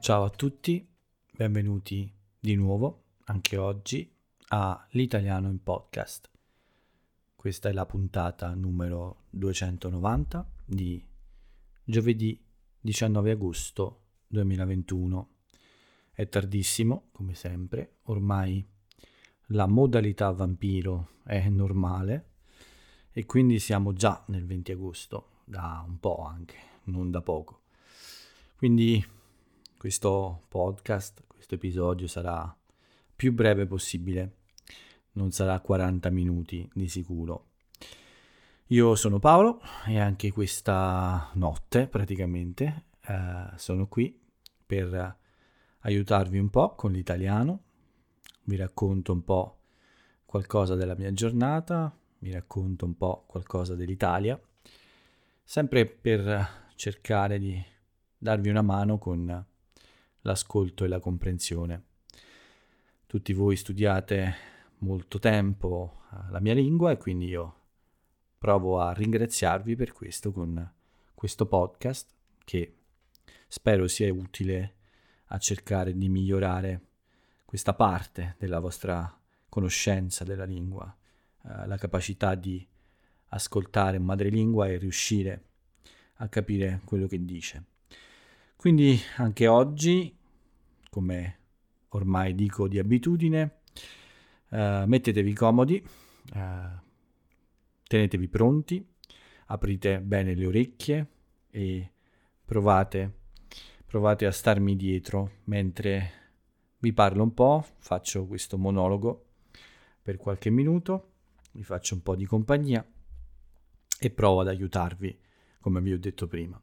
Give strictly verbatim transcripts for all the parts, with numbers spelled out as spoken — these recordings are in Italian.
Ciao a tutti, benvenuti di nuovo, anche oggi, a L'Italiano in Podcast. Questa è la puntata numero duecentonovanta di giovedì diciannove agosto duemilaventuno. È tardissimo, come sempre, ormai la modalità vampiro è normale e quindi siamo già nel venti agosto, da un po' anche, non da poco. Quindi questo podcast, questo episodio sarà più breve possibile, non sarà quaranta minuti di sicuro. Io sono Paolo e anche questa notte praticamente eh, sono qui per aiutarvi un po' con l'italiano. Vi racconto un po' qualcosa della mia giornata, vi racconto un po' qualcosa dell'Italia, sempre per cercare di darvi una mano con l'ascolto e la comprensione. Tutti voi studiate molto tempo la mia lingua e quindi io provo a ringraziarvi per questo con questo podcast che spero sia utile a cercare di migliorare questa parte della vostra conoscenza della lingua, eh, la capacità di ascoltare in madrelingua e riuscire a capire quello che dice. Quindi anche oggi, come ormai dico di abitudine, eh, mettetevi comodi, eh, tenetevi pronti, aprite bene le orecchie e provate, provate a starmi dietro mentre vi parlo un po', faccio questo monologo per qualche minuto, vi faccio un po' di compagnia e provo ad aiutarvi, come vi ho detto prima.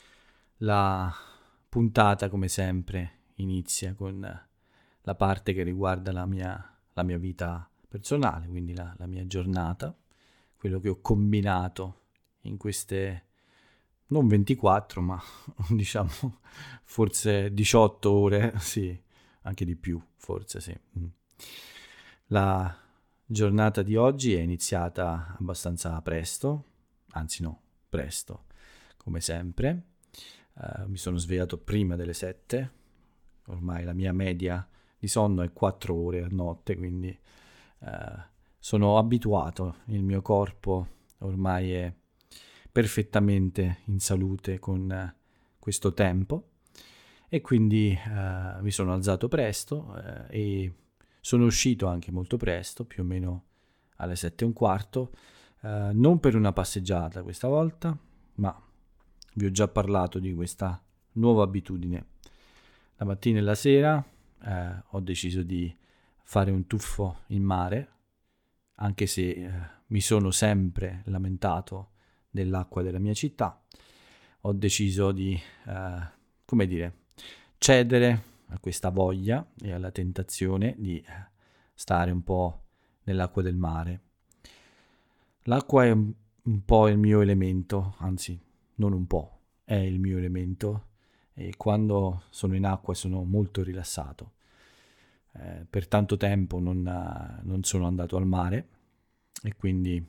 La puntata, come sempre, inizia con la parte che riguarda la mia, la mia vita personale, quindi la, la mia giornata, quello che ho combinato in queste, non ventiquattro, ma diciamo forse diciotto ore, sì, anche di più, forse sì. La giornata di oggi è iniziata abbastanza presto, anzi no, presto, come sempre. Uh, mi sono svegliato prima delle sette, ormai la mia media di sonno è quattro ore a notte, quindi uh, sono abituato, il mio corpo ormai è perfettamente in salute con uh, questo tempo e quindi uh, mi sono alzato presto uh, e sono uscito anche molto presto, più o meno alle sette e un quarto, uh, non per una passeggiata questa volta, ma vi ho già parlato di questa nuova abitudine. La mattina e la sera eh, ho deciso di fare un tuffo in mare, anche se eh, mi sono sempre lamentato dell'acqua della mia città. Ho deciso di, eh, come dire, cedere a questa voglia e alla tentazione di stare un po' nell'acqua del mare. L'acqua è un, un po' il mio elemento, anzi, non un po', è il mio elemento e quando sono in acqua sono molto rilassato. Eh, per tanto tempo non, non sono andato al mare e quindi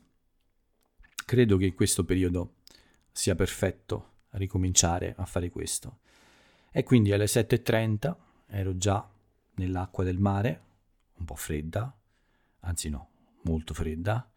credo che in questo periodo sia perfetto a ricominciare a fare questo. E quindi alle sette e trenta ero già nell'acqua del mare, un po' fredda, anzi no, molto fredda,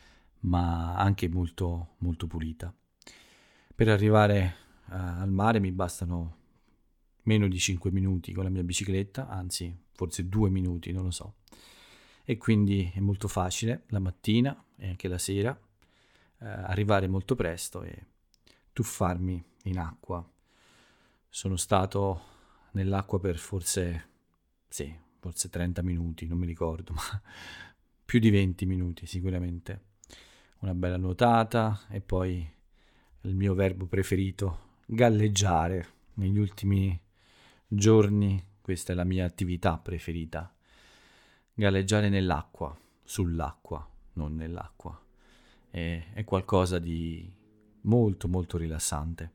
ma anche molto, molto pulita. Per arrivare uh, al mare mi bastano meno di cinque minuti con la mia bicicletta, anzi forse due minuti, non lo so. E quindi è molto facile la mattina e anche la sera uh, arrivare molto presto e tuffarmi in acqua. Sono stato nell'acqua per forse, sì, forse trenta minuti, non mi ricordo, ma più di venti minuti sicuramente. Una bella nuotata e poi il mio verbo preferito, galleggiare. Negli ultimi giorni questa è la mia attività preferita. Galleggiare nell'acqua, sull'acqua, non nell'acqua. È, è qualcosa di molto molto rilassante.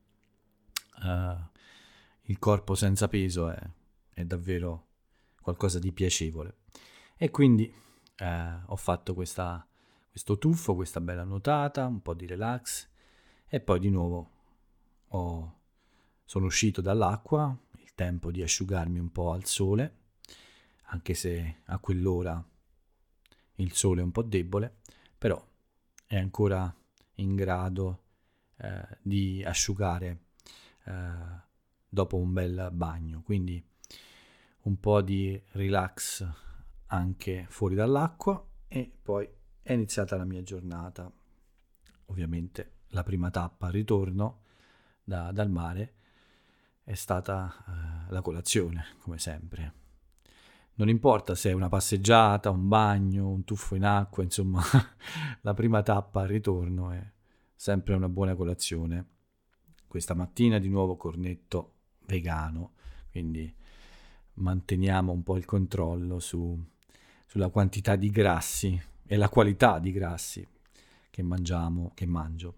Uh, il corpo senza peso è, è davvero qualcosa di piacevole. E quindi uh, ho fatto questa, questo tuffo, questa bella nuotata, un po' di relax. E poi di nuovo ho, sono uscito dall'acqua, il tempo di asciugarmi un po' al sole, anche se a quell'ora il sole è un po' debole, però è ancora in grado eh, di asciugare eh, dopo un bel bagno, quindi un po' di relax anche fuori dall'acqua e poi è iniziata la mia giornata. Ovviamente la prima tappa al ritorno da, dal mare è stata eh, la colazione, come sempre. Non importa se è una passeggiata, un bagno, un tuffo in acqua, insomma, la prima tappa al ritorno è sempre una buona colazione. Questa mattina di nuovo cornetto vegano, quindi manteniamo un po' il controllo su, sulla quantità di grassi e la qualità di grassi che mangiamo, che mangio.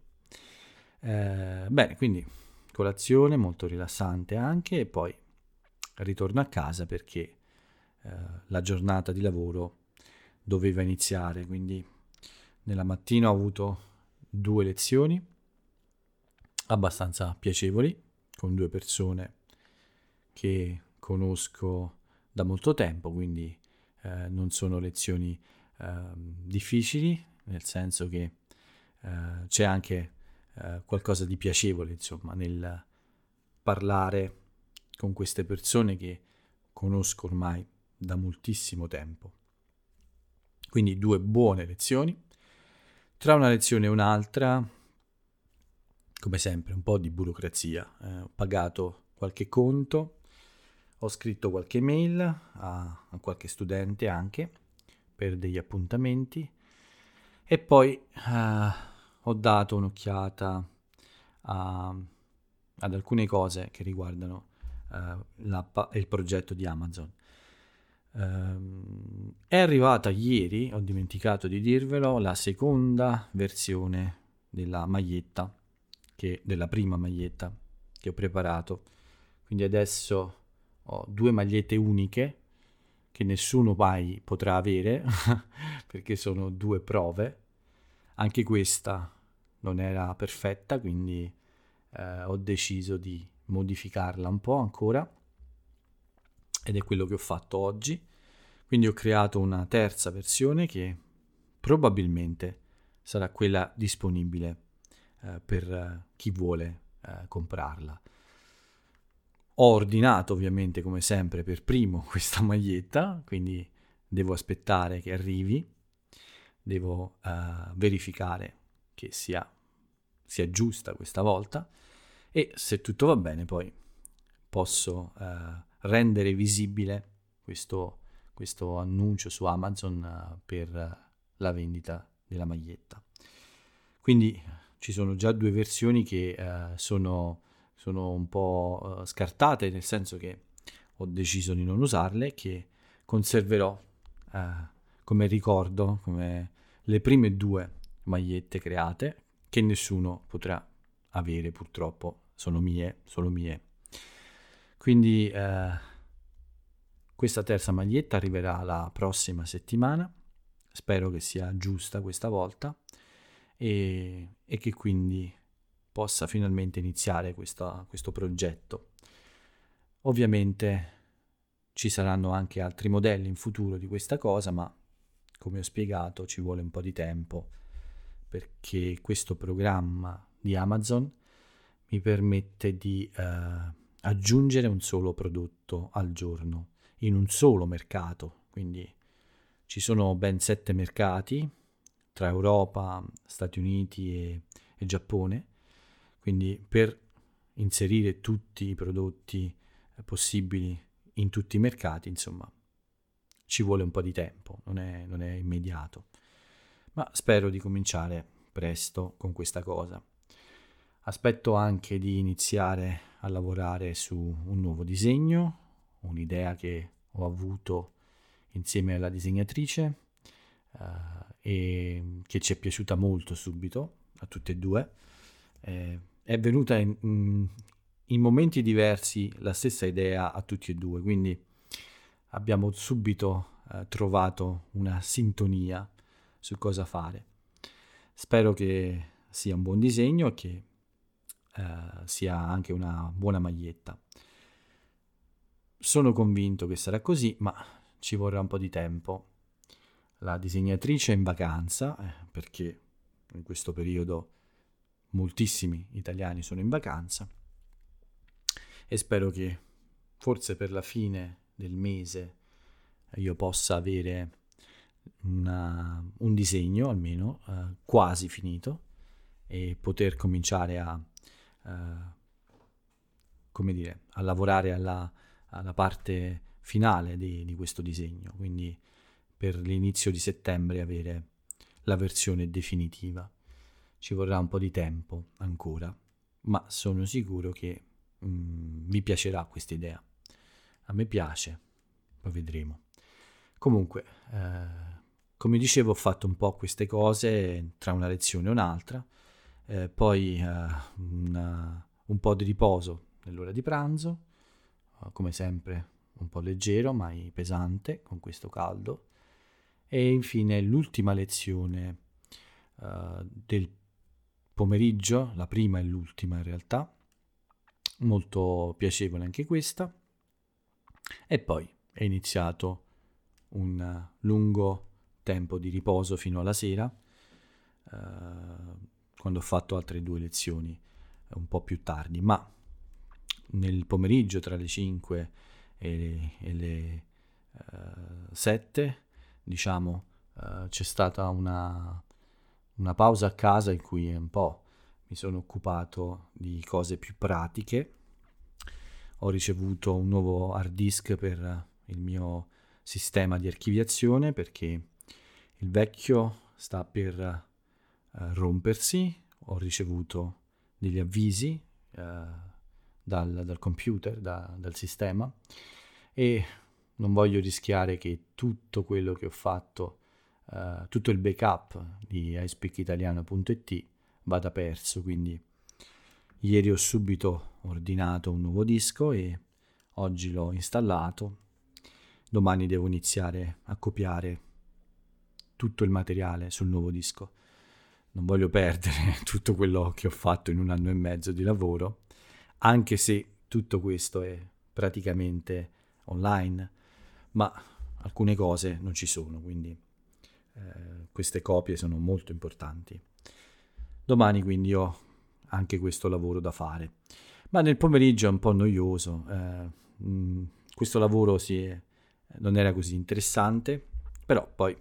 Eh, bene, quindi colazione molto rilassante anche, e poi ritorno a casa perché eh, la giornata di lavoro doveva iniziare, quindi nella mattina ho avuto due lezioni abbastanza piacevoli con due persone che conosco da molto tempo, quindi eh, non sono lezioni eh, difficili, nel senso che eh, c'è anche eh, qualcosa di piacevole, insomma, nel parlare con queste persone che conosco ormai da moltissimo tempo. Quindi due buone lezioni. Tra una lezione e un'altra, come sempre, un po' di burocrazia. Eh, ho pagato qualche conto, ho scritto qualche mail a, a qualche studente anche per degli appuntamenti e poi eh, ho dato un'occhiata a, ad alcune cose che riguardano eh, la, il progetto di Amazon. Uh, è arrivata ieri, ho dimenticato di dirvelo, la seconda versione della maglietta, che, della prima maglietta che ho preparato. Quindi adesso ho due magliette uniche che nessuno mai potrà avere perché sono due prove. Anche questa non era perfetta, quindi eh, ho deciso di modificarla un po' ancora. Ed è quello che ho fatto oggi. Quindi ho creato una terza versione che probabilmente sarà quella disponibile eh, per eh, chi vuole eh, comprarla. Ho ordinato ovviamente come sempre per primo questa maglietta, quindi devo aspettare che arrivi, devo eh, verificare che sia, sia giusta questa volta e se tutto va bene poi posso eh, rendere visibile questo, questo annuncio su Amazon uh, per uh, la vendita della maglietta. Quindi ci sono già due versioni che uh, sono, sono un po' uh, scartate, nel senso che ho deciso di non usarle, che conserverò uh, come ricordo, come le prime due magliette create, che nessuno potrà avere purtroppo, sono mie, solo mie. Quindi eh, questa terza maglietta arriverà la prossima settimana, spero che sia giusta questa volta e, e che quindi possa finalmente iniziare questa, questo progetto. Ovviamente ci saranno anche altri modelli in futuro di questa cosa, ma come ho spiegato ci vuole un po' di tempo perché questo programma di Amazon mi permette di eh, aggiungere un solo prodotto al giorno in un solo mercato, quindi ci sono ben sette mercati tra Europa, Stati Uniti e, e Giappone, quindi per inserire tutti i prodotti possibili in tutti i mercati, insomma, ci vuole un po' di tempo, non è, non è immediato, ma spero di cominciare presto con questa cosa. Aspetto anche di iniziare a lavorare su un nuovo disegno, un'idea che ho avuto insieme alla disegnatrice uh, e che ci è piaciuta molto subito a tutte e due. Eh, è venuta in, in momenti diversi la stessa idea a tutti e due, quindi abbiamo subito uh, trovato una sintonia su cosa fare. Spero che sia un buon disegno e che Uh, sia anche una buona maglietta. sono convinto che sarà così, ma ci vorrà un po' di tempo. La disegnatrice è in vacanza, eh, perché in questo periodo moltissimi italiani sono in vacanza, e spero che forse per la fine del mese io possa avere una, un disegno almeno eh, quasi finito e poter cominciare a, eh, come dire, a lavorare alla, alla parte finale di, di questo disegno, quindi per l'inizio di settembre avere la versione definitiva. Ci vorrà un po' di tempo ancora, ma sono sicuro che mm, mi piacerà questa idea. A me piace, poi vedremo. Comunque, eh, come dicevo, ho fatto un po' queste cose tra una lezione e un'altra, eh, poi eh, una, un po' di riposo nell'ora di pranzo, eh, come sempre un po' leggero, mai pesante con questo caldo, e infine l'ultima lezione eh, del pomeriggio, la prima e l'ultima in realtà, molto piacevole anche questa, e poi è iniziato un lungo tempo di riposo fino alla sera, eh, quando ho fatto altre due lezioni un po' più tardi, ma nel pomeriggio tra le cinque e, e le uh, sette, diciamo, uh, c'è stata una, una pausa a casa in cui un po' mi sono occupato di cose più pratiche. Ho ricevuto un nuovo hard disk per il mio sistema di archiviazione perché il vecchio sta per uh, rompersi. Ho ricevuto degli avvisi uh, dal, dal computer, da, dal sistema, e non voglio rischiare che tutto quello che ho fatto, uh, tutto il backup di i speak italiano punto it vada perso, quindi ieri ho subito ordinato un nuovo disco e oggi l'ho installato. Domani devo iniziare a copiare tutto il materiale sul nuovo disco. Non voglio perdere tutto quello che ho fatto in un anno e mezzo di lavoro, anche se tutto questo è praticamente online, ma alcune cose non ci sono, quindi eh, queste copie sono molto importanti. Domani quindi ho anche questo lavoro da fare, ma nel pomeriggio è un po' noioso. Eh, mh, questo lavoro si è, non era così interessante, però poi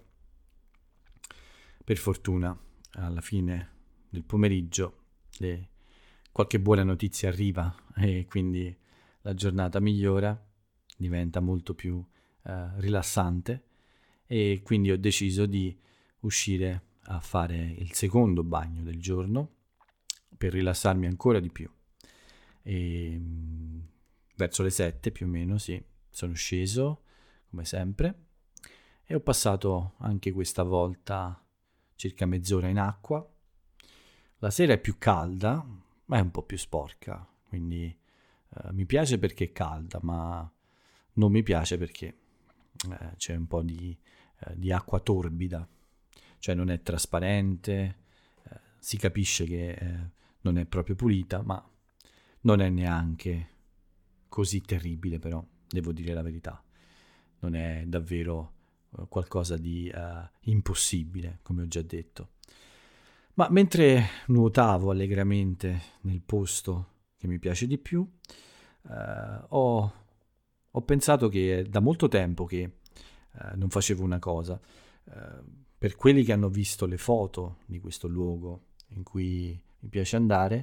per fortuna alla fine del pomeriggio le, qualche buona notizia arriva e quindi la giornata migliora, diventa molto più eh, rilassante, e quindi ho deciso di uscire a fare il secondo bagno del giorno per rilassarmi ancora di più. E mh, verso le sette più o meno, sì, sono sceso come sempre e ho passato anche questa volta circa mezz'ora in acqua. La sera è più calda, ma è un po' più sporca, quindi eh, mi piace perché è calda, ma non mi piace perché eh, c'è un po' di, eh, di acqua torbida, cioè non è trasparente, eh, si capisce che eh, non è proprio pulita, ma non è neanche così terribile, però devo dire la verità, non è davvero eh, qualcosa di eh, impossibile, come ho già detto. Ma mentre nuotavo allegramente nel posto che mi piace di più, eh, ho, ho pensato che è da molto tempo che eh, non facevo una cosa. Eh, per quelli che hanno visto le foto di questo luogo in cui mi piace andare,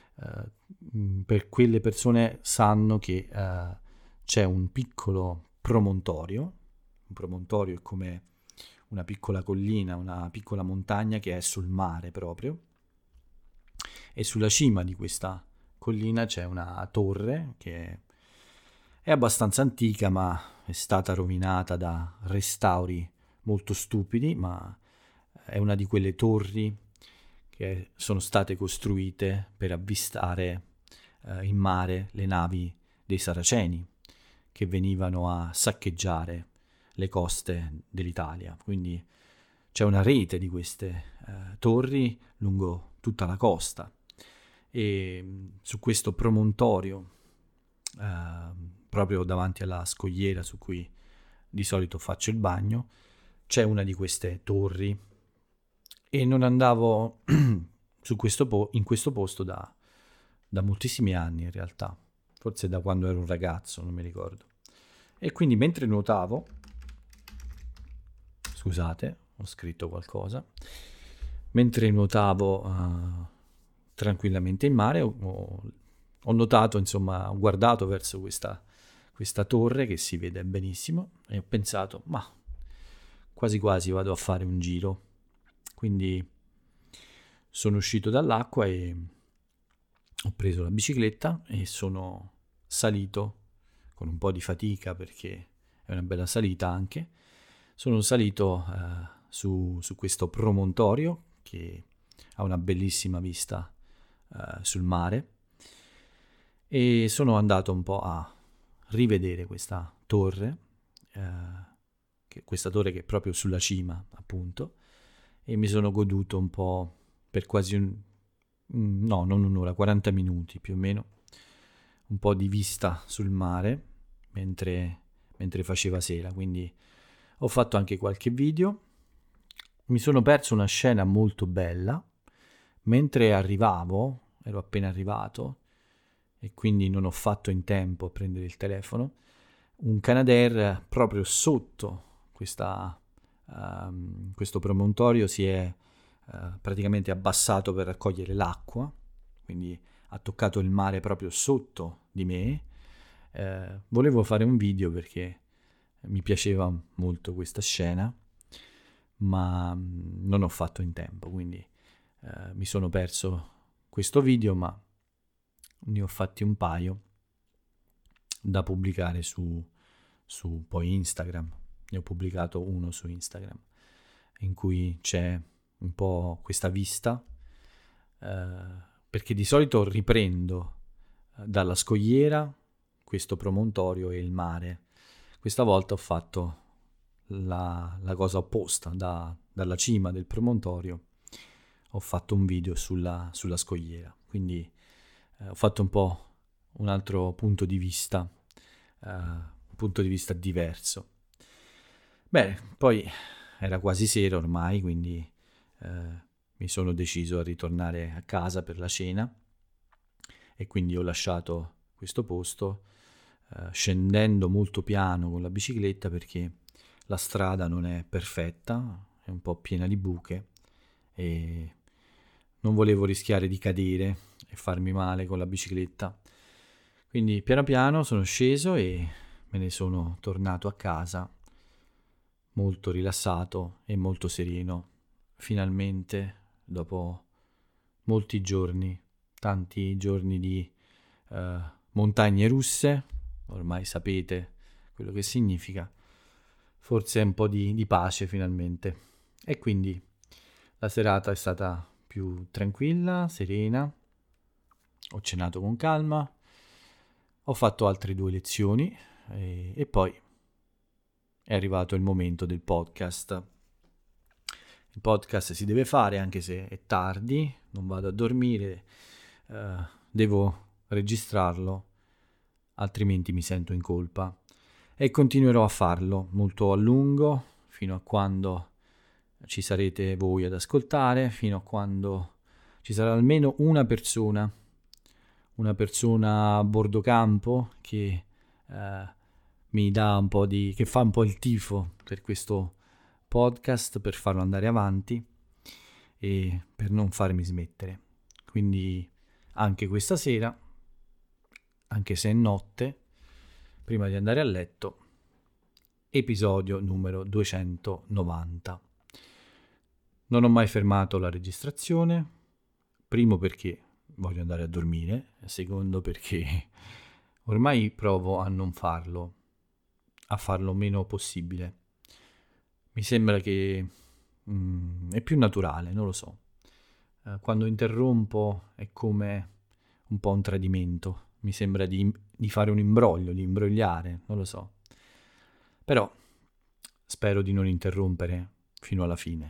eh, per quelle persone sanno che eh, c'è un piccolo promontorio. Un promontorio è come una piccola collina, una piccola montagna che è sul mare proprio, e sulla cima di questa collina c'è una torre che è abbastanza antica, ma è stata rovinata da restauri molto stupidi, ma è una di quelle torri che sono state costruite per avvistare eh, in mare le navi dei Saraceni che venivano a saccheggiare le coste dell'Italia. Quindi c'è una rete di queste eh, torri lungo tutta la costa, e su questo promontorio eh, proprio davanti alla scogliera su cui di solito faccio il bagno, c'è una di queste torri e non andavo su questo po- in questo posto da, da moltissimi anni in realtà, forse da quando ero un ragazzo, non mi ricordo. E quindi mentre nuotavo, scusate, ho scritto qualcosa, mentre nuotavo uh, tranquillamente in mare ho, ho, ho notato, insomma, ho guardato verso questa, questa torre che si vede benissimo e ho pensato, ma quasi quasi vado a fare un giro. Quindi sono uscito dall'acqua e ho preso la bicicletta e sono salito con un po' di fatica perché è una bella salita anche. Sono salito eh, su, su questo promontorio che ha una bellissima vista eh, sul mare e sono andato un po' a rivedere questa torre, eh, che, questa torre che è proprio sulla cima appunto, e mi sono goduto un po' per quasi un, no, non un'ora, quaranta minuti più o meno, un po' di vista sul mare mentre, mentre faceva sera, quindi ho fatto anche qualche video. Mi sono perso una scena molto bella mentre arrivavo, ero appena arrivato e quindi non ho fatto in tempo a prendere il telefono. Un Canadair proprio sotto questa, um, questo promontorio si è uh, praticamente abbassato per raccogliere l'acqua, quindi ha toccato il mare proprio sotto di me. Eh, volevo fare un video perché mi piaceva molto questa scena, ma non ho fatto in tempo, quindi eh, mi sono perso questo video, ma ne ho fatti un paio da pubblicare su, su poi Instagram. Ne ho pubblicato uno su Instagram in cui c'è un po' questa vista, eh, perché di solito riprendo dalla scogliera questo promontorio e il mare. Questa volta ho fatto la, la cosa opposta, da, dalla cima del promontorio ho fatto un video sulla, sulla scogliera, quindi eh, ho fatto un po' un altro punto di vista, eh, un punto di vista diverso. Bene, poi era quasi sera ormai, quindi eh, mi sono deciso a ritornare a casa per la cena e quindi ho lasciato questo posto eh, scendendo molto piano con la bicicletta perché la strada non è perfetta, è un po' piena di buche e non volevo rischiare di cadere e farmi male con la bicicletta. Quindi piano piano sono sceso e me ne sono tornato a casa molto rilassato e molto sereno. Finalmente, dopo molti giorni, tanti giorni di uh, montagne russe, ormai sapete quello che significa, forse un po' di, di pace finalmente. E quindi la serata è stata più tranquilla, serena, ho cenato con calma, ho fatto altre due lezioni e, e poi è arrivato il momento del podcast. Il podcast si deve fare anche se è tardi, non vado a dormire, eh, devo registrarlo, altrimenti mi sento in colpa. E continuerò a farlo molto a lungo, fino a quando ci sarete voi ad ascoltare, fino a quando ci sarà almeno una persona, una persona a bordo campo che eh, mi dà un po' di, che fa un po' il tifo per questo podcast, per farlo andare avanti e per non farmi smettere. Quindi anche questa sera, anche se è notte, prima di andare a letto, episodio numero duecentonovanta. Non ho mai fermato la registrazione, primo perché voglio andare a dormire, secondo perché ormai provo a non farlo, a farlo meno possibile. Mi sembra che mm, è più naturale, non lo so. Eh, quando interrompo è come un po' un tradimento, mi sembra di, di fare un imbroglio, di imbrogliare, non lo so. Però spero di non interrompere fino alla fine.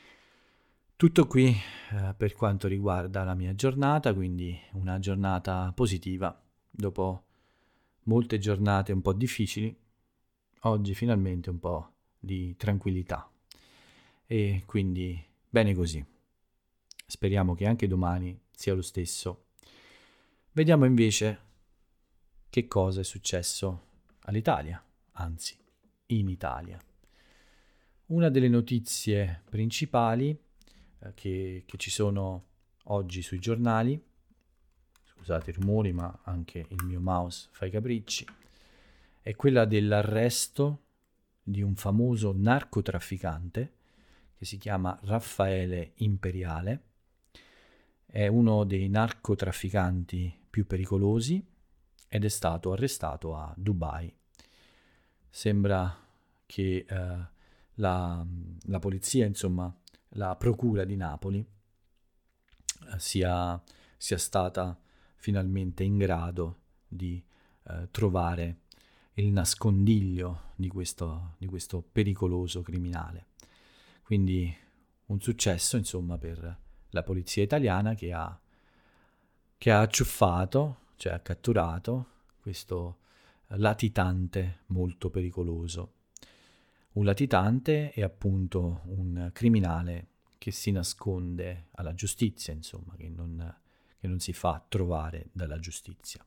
Tutto qui eh, per quanto riguarda la mia giornata, quindi una giornata positiva. Dopo molte giornate un po' difficili, oggi finalmente un po' di tranquillità e quindi bene così. Speriamo che anche domani sia lo stesso. Vediamo invece che cosa è successo all'Italia, anzi in Italia. Una delle notizie principali eh, che, che ci sono oggi sui giornali, scusate i rumori ma anche il mio mouse fa i capricci, è quella dell'arresto di un famoso narcotrafficante che si chiama Raffaele Imperiale. È uno dei narcotrafficanti più pericolosi ed è stato arrestato a Dubai. Sembra che eh, la, la polizia, insomma, la procura di Napoli eh, sia, sia stata finalmente in grado di eh, trovare il nascondiglio di questo, di questo pericoloso criminale. Quindi un successo, insomma, per la polizia italiana che ha, che ha acciuffato, cioè ha catturato questo latitante molto pericoloso. Un latitante è appunto un criminale che si nasconde alla giustizia, insomma, che non, che non si fa trovare dalla giustizia.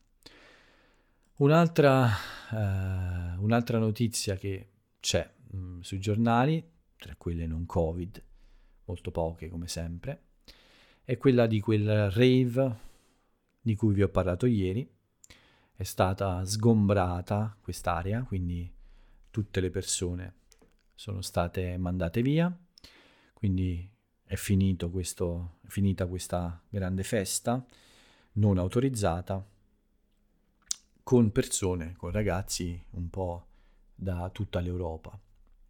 Un'altra, eh, un'altra notizia che c'è mh, sui giornali, tra quelle non Covid, molto poche come sempre, è quella di quel rave di cui vi ho parlato ieri. È stata sgombrata quest'area, quindi tutte le persone sono state mandate via, quindi è finito questo, è finita questa grande festa non autorizzata con persone, con ragazzi un po' da tutta l'Europa.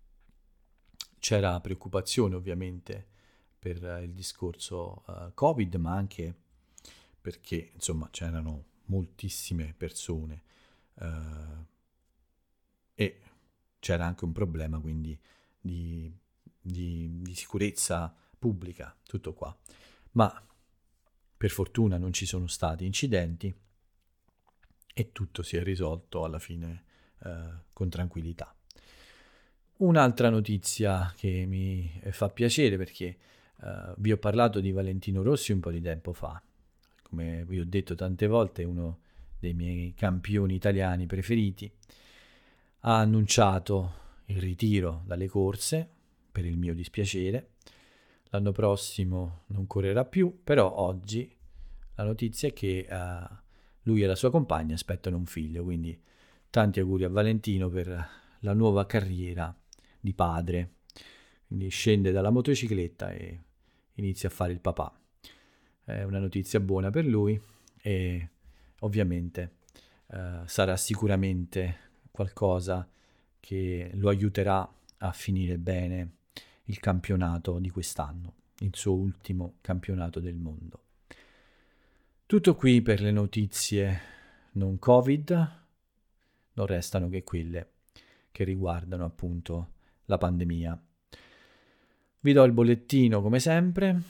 C'era preoccupazione ovviamente per il discorso uh, Covid, ma anche perché insomma c'erano moltissime persone uh, e c'era anche un problema quindi di, di, di sicurezza pubblica, tutto qua. Ma per fortuna non ci sono stati incidenti e tutto si è risolto alla fine uh, con tranquillità. Un'altra notizia che mi fa piacere perché uh, vi ho parlato di Valentino Rossi un po' di tempo fa. Come vi ho detto tante volte, è uno dei miei campioni italiani preferiti. Ha annunciato il ritiro dalle corse per il mio dispiacere. L'anno prossimo non correrà più, però oggi la notizia è che uh, lui e la sua compagna aspettano un figlio, quindi tanti auguri a Valentino per la nuova carriera di padre. Quindi scende dalla motocicletta e inizia a fare il papà. È una notizia buona per lui e ovviamente eh, sarà sicuramente qualcosa che lo aiuterà a finire bene il campionato di quest'anno, il suo ultimo campionato del mondo. Tutto qui per le notizie non Covid, non restano che quelle che riguardano appunto la pandemia. Vi do il bollettino come sempre,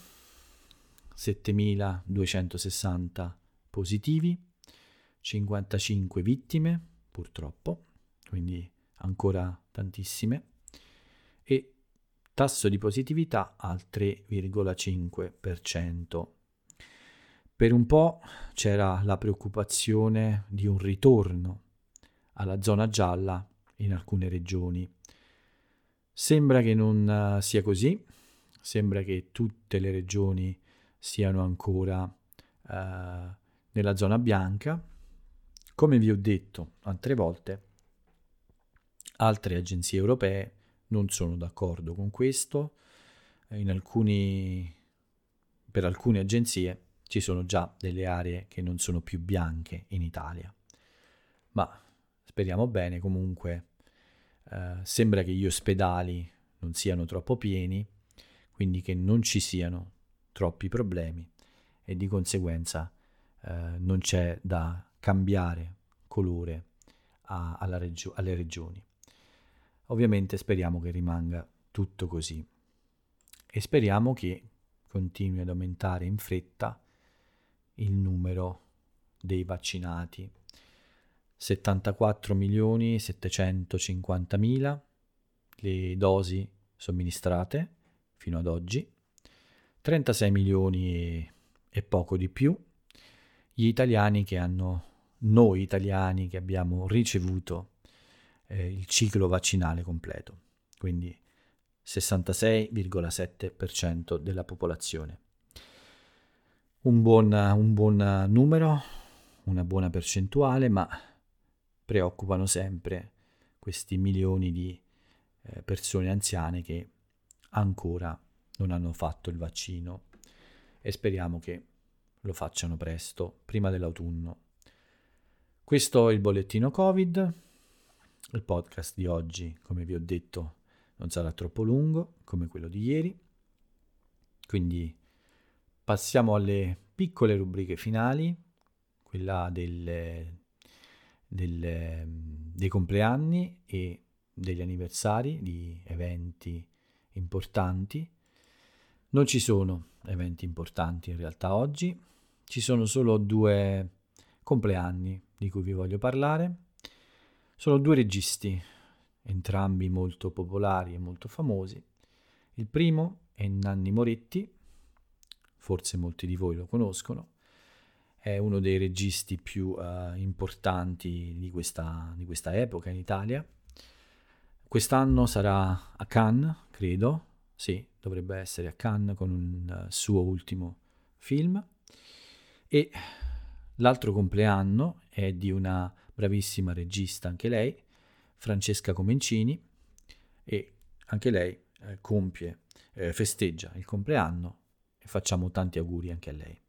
settemiladuecentosessanta positivi, cinquantacinque vittime purtroppo, quindi ancora tantissime, e tasso di positività al tre virgola cinque per cento. Per un po' c'era la preoccupazione di un ritorno alla zona gialla in alcune regioni. Sembra che non sia così, sembra che tutte le regioni siano ancora uh, nella zona bianca. Come vi ho detto altre volte, altre agenzie europee non sono d'accordo con questo. In alcuni, per alcune agenzie ci sono già delle aree che non sono più bianche in Italia. Ma speriamo bene, comunque uh, sembra che gli ospedali non siano troppo pieni, quindi che non ci siano troppi problemi e di conseguenza uh, non c'è da cambiare colore a, alla regio- alle regioni. Ovviamente speriamo che rimanga tutto così e speriamo che continui ad aumentare in fretta il numero dei vaccinati, settantaquattro milioni settecentocinquantamila le dosi somministrate fino ad oggi, trentasei milioni e, e poco di più gli italiani che hanno, noi italiani che abbiamo ricevuto eh, il ciclo vaccinale completo, quindi sessantasei virgola sette per cento della popolazione. Un buon, un buon numero, una buona percentuale, ma preoccupano sempre questi milioni di eh, persone anziane che ancora non hanno fatto il vaccino e speriamo che lo facciano presto, prima dell'autunno. Questo è il bollettino Covid. Il podcast di oggi, come vi ho detto, non sarà troppo lungo come quello di ieri, quindi passiamo alle piccole rubriche finali, quella delle, delle, dei compleanni e degli anniversari di eventi importanti. Non ci sono eventi importanti in realtà oggi, ci sono solo due compleanni di cui vi voglio parlare. Sono due registi, entrambi molto popolari e molto famosi. Il primo è Nanni Moretti, forse molti di voi lo conoscono, è uno dei registi più uh, importanti di questa, di questa epoca in Italia. Quest'anno sarà a Cannes, credo, sì, dovrebbe essere a Cannes con un uh, suo ultimo film. E l'altro compleanno è di una bravissima regista, anche lei, Francesca Comencini, e anche lei eh, compie, eh, festeggia il compleanno e facciamo tanti auguri anche a lei.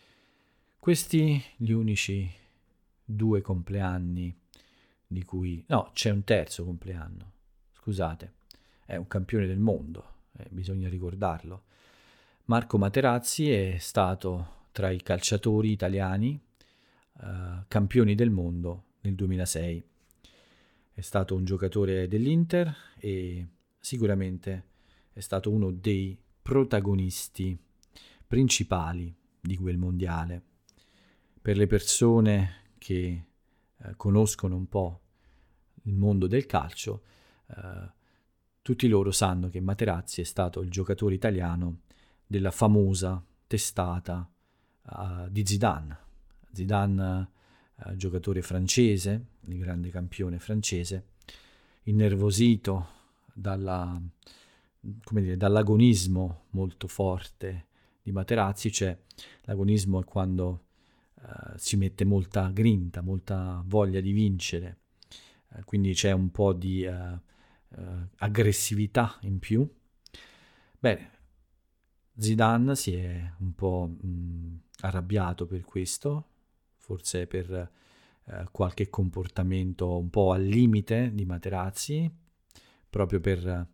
Questi gli unici due compleanni di cui... No, c'è un terzo compleanno, scusate, è un campione del mondo, eh, bisogna ricordarlo. Marco Materazzi è stato tra i calciatori italiani eh, campioni del mondo nel duemilasei. È stato un giocatore dell'Inter e sicuramente è stato uno dei protagonisti principali di quel mondiale. Per le persone che eh, conoscono un po' il mondo del calcio, eh, tutti loro sanno che Materazzi è stato il giocatore italiano della famosa testata uh, di Zidane. Zidane, uh, giocatore francese, il grande campione francese, innervosito dalla, come dire, dall'agonismo molto forte di Materazzi. Cioè, l'agonismo è quando uh, si mette molta grinta, molta voglia di vincere, uh, quindi c'è un po' di uh, uh, aggressività in più. Bene, Zidane si è un po' mh, arrabbiato per questo, forse per eh, qualche comportamento un po' al limite di Materazzi, proprio per eh,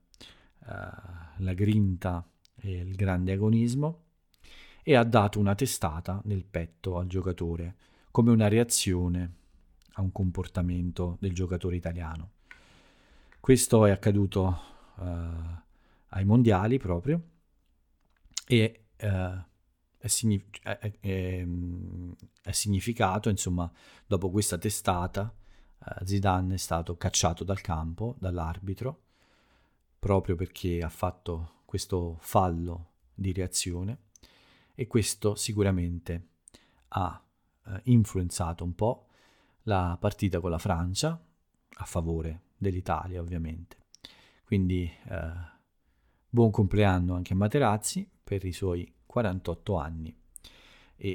la grinta e il grande agonismo, e ha dato una testata nel petto al giocatore come una reazione a un comportamento del giocatore italiano. Questo è accaduto eh, ai mondiali proprio, e uh, è, signif- è, è, è, è significato, insomma, dopo questa testata, uh, Zidane è stato cacciato dal campo, dall'arbitro, proprio perché ha fatto questo fallo di reazione, e questo sicuramente ha uh, influenzato un po' la partita con la Francia, a favore dell'Italia ovviamente. Quindi uh, buon compleanno anche a Materazzi per i suoi quarantotto anni e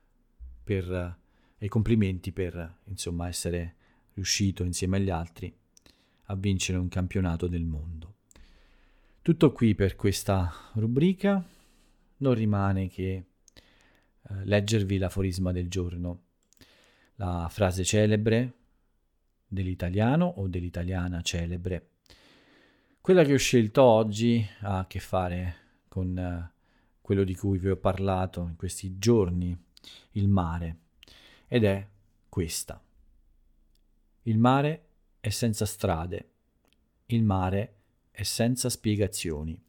per e complimenti per, insomma, essere riuscito insieme agli altri a vincere un campionato del mondo. Tutto qui per questa rubrica. Non rimane che eh, leggervi l'aforisma del giorno, la frase celebre dell'italiano o dell'italiana celebre. Quella che ho scelto oggi ha a che fare con uh, quello di cui vi ho parlato in questi giorni, il mare, ed è questa. Il mare è senza strade, il mare è senza spiegazioni.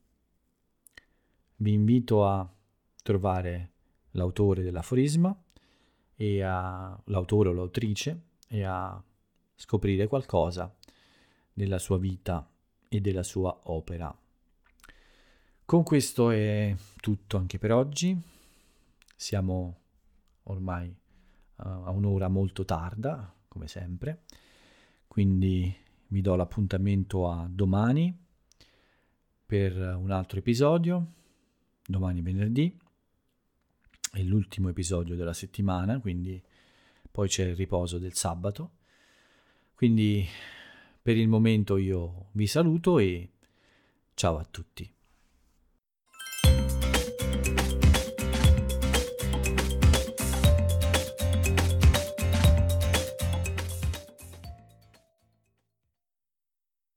Vi invito a trovare l'autore dell'aforisma e a l'autore o l'autrice e a scoprire qualcosa della sua vita e della sua opera. Con questo è tutto anche per oggi. Siamo ormai uh, a un'ora molto tarda, come sempre, quindi vi do l'appuntamento a domani per un altro episodio. Domani venerdì è l'ultimo episodio della settimana, quindi poi c'è il riposo del sabato. Quindi per il momento io vi saluto e ciao a tutti.